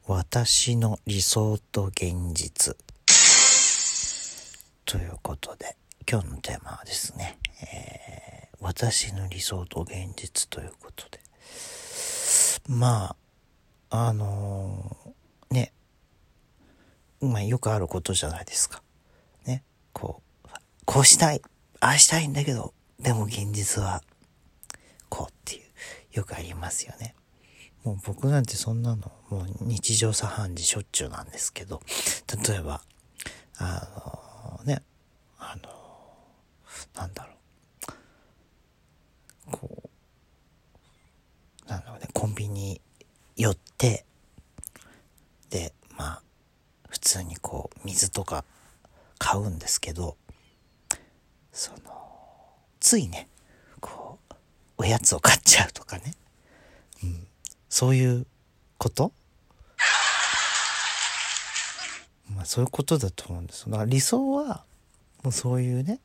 私の理想と現実ということで、今日のテーマはですね、私の理想と現実ということで、ね、よくあることじゃないですかね。こうしたい、ああしたいんだけど、でも現実はこうっていう、よくありますよね。もう僕なんてそんなのもう日常茶飯事しょっちゅうなんですけど、例えばなんだろう、コンビニ寄って、で普通に水とか買うんですけど、ついねおやつを買っちゃうとかね、そういうこと、そういうことだと思うんです。だから理想はもうそういうね、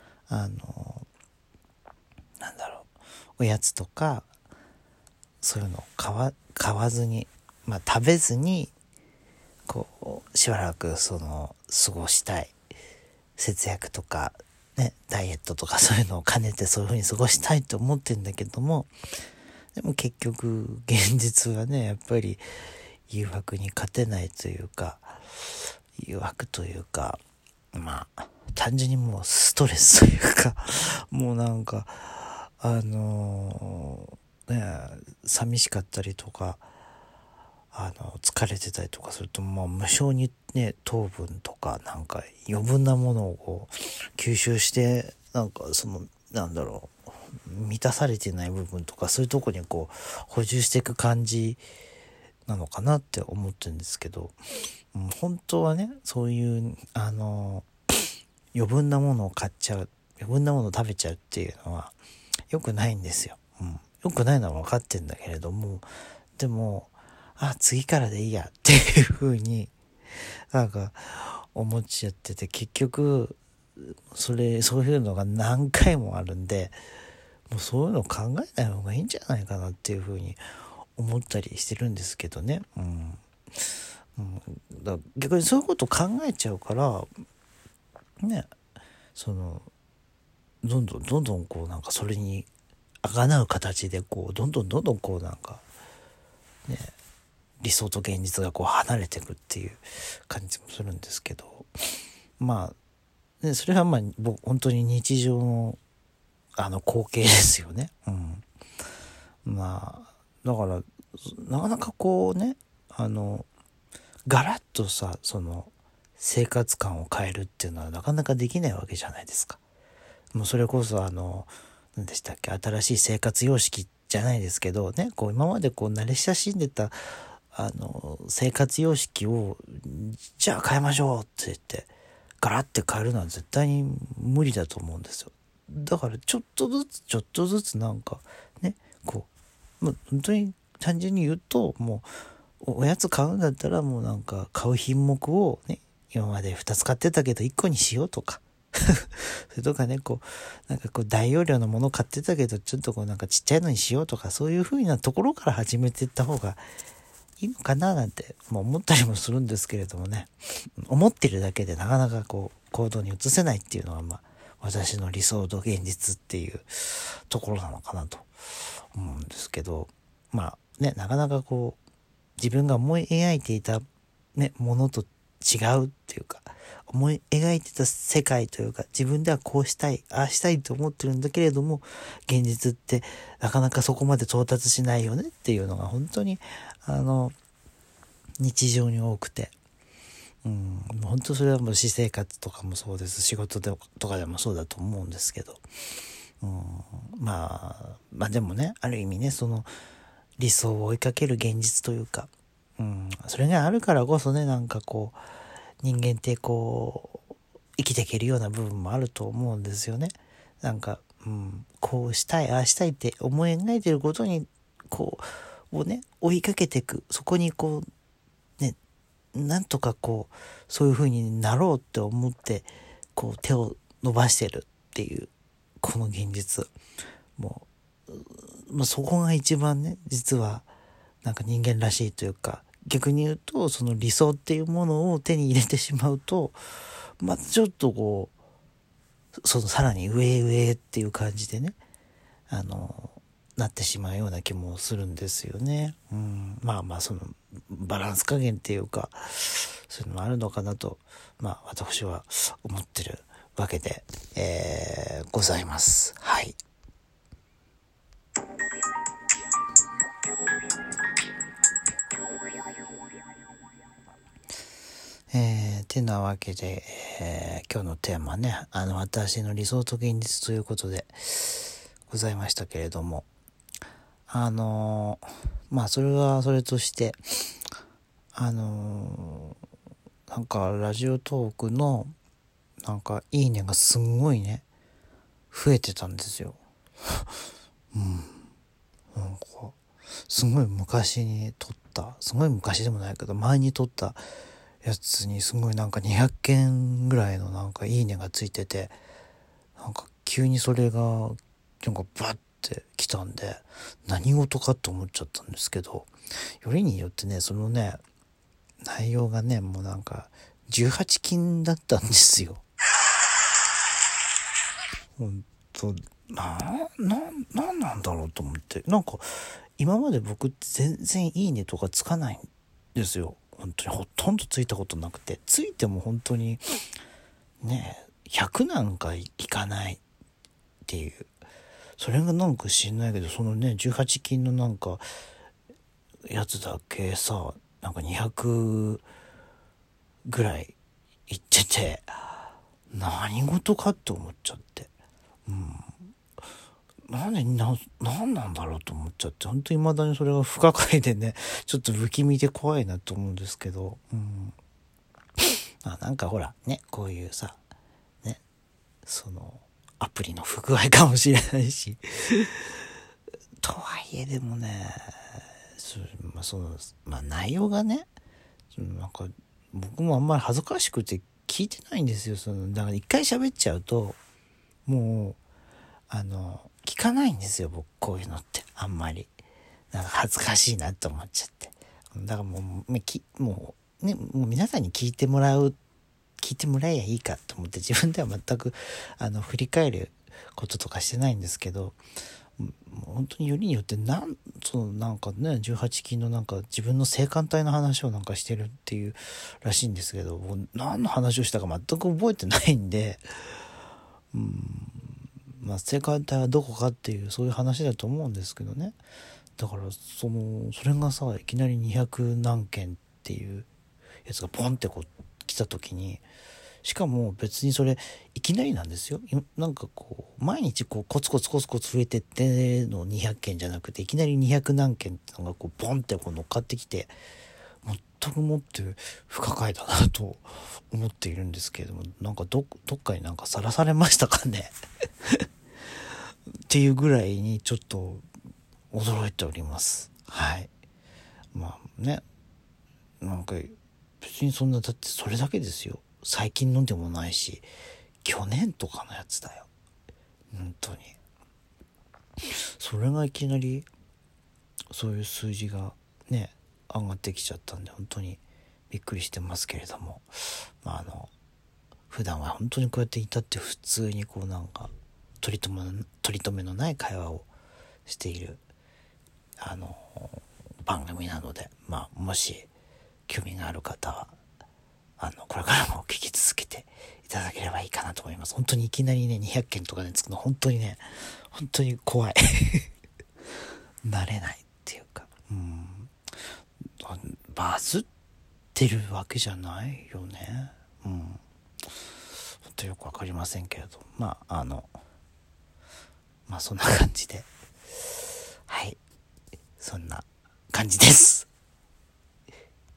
おやつとかそういうのを買わずに、食べずにしばらく過ごしたい、節約とかね、ダイエットとかそういうのを兼ねてそういう風に過ごしたいと思ってんだけども、でも結局現実はね、やっぱり誘惑に勝てないというか、単純にもうストレスというかもう寂しかったりとか、疲れてたりとかすると、無性にね、糖分とか余分なものを吸収して、満たされてない部分とか、そういうとこに補充していく感じなのかなって思ってるんですけど、本当はね、そういう余分なものを買っちゃう、余分なものを食べちゃうっていうのは良くないんですよ。良くないのは分かってんだけれども、でも次からでいいやっていう風に思っちゃってて、結局そういうのが何回もあるんで、もうそういうの考えない方がいいんじゃないかなっていう風に思ったりしてるんですけどね。だから逆にそういうこと考えちゃうからね、どんどんそれに贖う形でどんどんね、理想と現実が離れていくっていう感じもするんですけど、それは本当に日常の光景ですよね。だからなかなかガラッと生活感を変えるっていうのはなかなかできないわけじゃないですか。もうそれこそ何でしたっけ、新しい生活様式じゃないですけどね、今まで慣れ親しんでた生活様式をじゃあ変えましょうって言ってガラッて変えるのは絶対に無理だと思うんですよ。だからちょっとずつ本当に単純に言うと、もうおやつ買うんだったらもう買う品目をね、今まで2つ買ってたけど1個にしようとかそれとかね、大容量のもの買ってたけどちょっとちっちゃいのにしようとか、そういう風なところから始めていった方がいいのかななんて思ったりもするんですけれどもね。思ってるだけでなかなか行動に移せないっていうのは私の理想と現実っていうところなのかなと思うんですけど、なかなか自分が思い描いていたね、ものと違うっていうか、思い描いてた世界というか、自分ではこうしたい、ああしたいと思ってるんだけれども、現実ってなかなかそこまで到達しないよねっていうのが本当に日常に多くて、本当それはもう私生活とかもそうです、仕事とかでもそうだと思うんですけど、でもね、ある意味ね、理想を追いかける現実というか、それがあるからこそね、人間って生きていけるような部分もあると思うんですよね。こうしたい、ああしたいって思い描いてることにをね、追いかけていく、そこにね、なんとかそういう風になろうって思って手を伸ばしてるっていうこの現実、もうそこが一番ね、実は人間らしいというか、 逆に言うとその理想っていうものを手に入れてしまうとまたちょっとこうそのさらに上っていう感じでねなってしまうような気もするんですよね。まあそのバランス加減っていうかそういうのもあるのかなと私は思ってるわけで、ございます。はい。てなわけで、今日のテーマね私の理想と現実ということでございましたけれどもそれはそれとしてなんかラジオトークのなんかいいねがすんごいね増えてたんですよ。なんかすごい昔に撮ったすごい昔でもないけど前に撮ったやつにすごいなんか200件ぐらいのなんかいいねがついててなんか急にそれがなんかバッて来たんで何事かと思っちゃったんですけどよりによってねそのね内容がねもうなんか18禁だったんですよ。ほんとなんなんだろうと思ってなんか今まで僕って全然いいねとかつかないんですよ。本当にほとんどついたことなくてついても本当にね100なんかいかないっていうそれがなんか知んないけどそのね18禁のなんかやつだけさなんか200ぐらいいってて何事かって思っちゃってなんなんだろうと思っちゃって本当に未だにそれが不可解でねちょっと不気味で怖いなと思うんですけどなんかほらねこういうさねそのアプリの不具合かもしれないしとはいえでもね内容がねなんか僕もあんまり恥ずかしくて聞いてないんですよ。だから一回喋っちゃうともう聞かないんですよ僕こういうのってあんまりなんか恥ずかしいなと思っちゃってだからもう皆さんに聞いてもらえやいいかと思って自分では全く振り返ることとかしてないんですけど本当によりによってなんかね18禁のなんか自分の性感帯の話をなんかしてるっていうらしいんですけど何の話をしたか全く覚えてないんで性感帯はどこかっていうそういう話だと思うんですけどねだからそれがさいきなり200何件っていうやつがポンってこう来た時にしかも別にそれいきなりなんですよ。なんかこう毎日こうコツコツ増えてっての200件じゃなくていきなり200何件ってのがこうポンってこう乗っかってきて全くもって不可解だなと思っているんですけれどもなんかどっかになんかさらされましたかねっていうぐらいにちょっと驚いております。はいなんか別にそんなだってそれだけですよ。最近のでもないし去年とかのやつだよ本当に。それがいきなりそういう数字がね上がってきちゃったんで本当にびっくりしてますけれども普段は本当にこうやっていたって普通にこうなんか取り留めのない会話をしている番組なのでもし興味がある方はこれからも聞き続けていただければいいかなと思います。本当にいきなりね200件とかでつくの本当に怖い慣れないっていうかバズってるわけじゃないよね本当よくわかりませんけれどそんな感じではいそんな感じです。